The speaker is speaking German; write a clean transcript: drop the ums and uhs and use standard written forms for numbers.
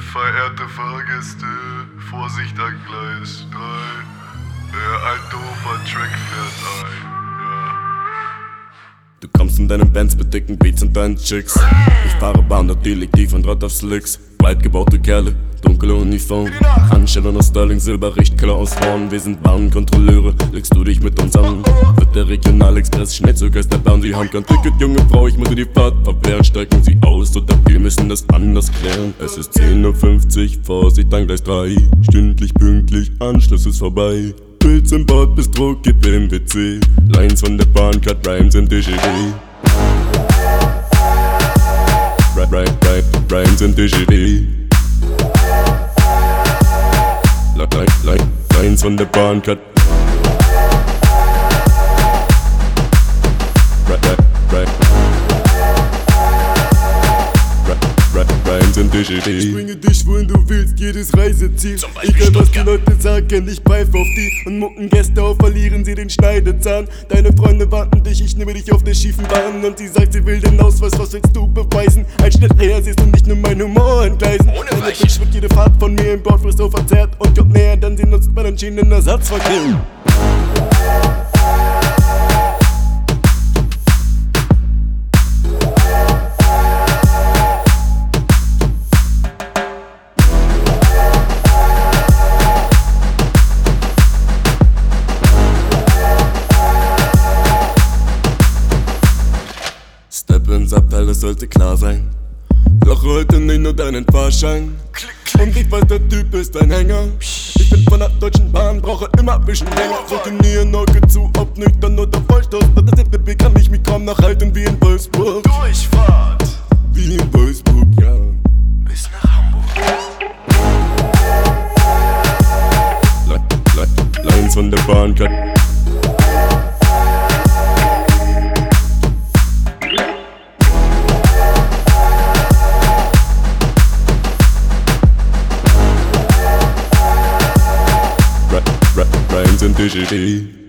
Verehrte Fahrgäste, Vorsicht an Gleis 3. Ein doofer Track fährt ein. Du kommst in deinen Bands mit dicken Beats und deinen Chicks. Ich fahre Bahn, dort detektiv und Rad auf Slicks. Breit gebaute Kerle, dunkle Uniform. Handschellen aus Sterling, Silber, Richtkeller aus Horn. Wir sind Bahnkontrolleure, legst du dich mit uns an? Wird der Regionalexpress Schnellzug aus der Bahn? Sie haben kein Ticket, junge Frau, ich muss dir die Fahrt verwehren. Steigen Sie aus oder wir müssen das anders klären. Es ist 10:50 Uhr, Vorsicht an Gleis 3. Stündlich, pünktlich, Anschluss ist vorbei. Pilz im Bad, Bistro, gib im WC. Lines von der Bahn, Cut Rhymes in DGD. Rhymes in DGD. Lines von der Bahn, Cut. Rhymes in DGD. Ich bringe dich, wohin du willst, jedes Reiseziel. Egal was die Leute sagen, ich pfeife auf die. Und mucken Gäste auf, verlieren sie den Schneidezahn. Deine Freunde warten dich, ich nehme dich auf der schiefen Bahn. Und sie sagt, sie will den Ausweis, was willst du beweisen? Ein Schnitt her, siehst du nicht nur mein Humor entgleisen. Deine Bitch wird jede Fahrt von mir im Bordfrist so verzerrt. Und kommt näher, dann sie nutzt bei den Schienenersatzverkehr. Step ins Abteil, das sollte klar sein. Doch heute nicht nur deinen Fahrschein. Und ich weiß, der Typ ist ein Hänger. Ich bin von der Deutschen Bahn, brauche immer ein bisschen länger. Routinieren, Auge zu, ob nüchtern oder vollstoß. Das ZBB kann ich mich kaum nachhalten wie in Wolfsburg. Durchfahrt Wie in Wolfsburg, ja. bis nach Hamburg. Lines von der Bahn, Cut. Rhymes in DGD.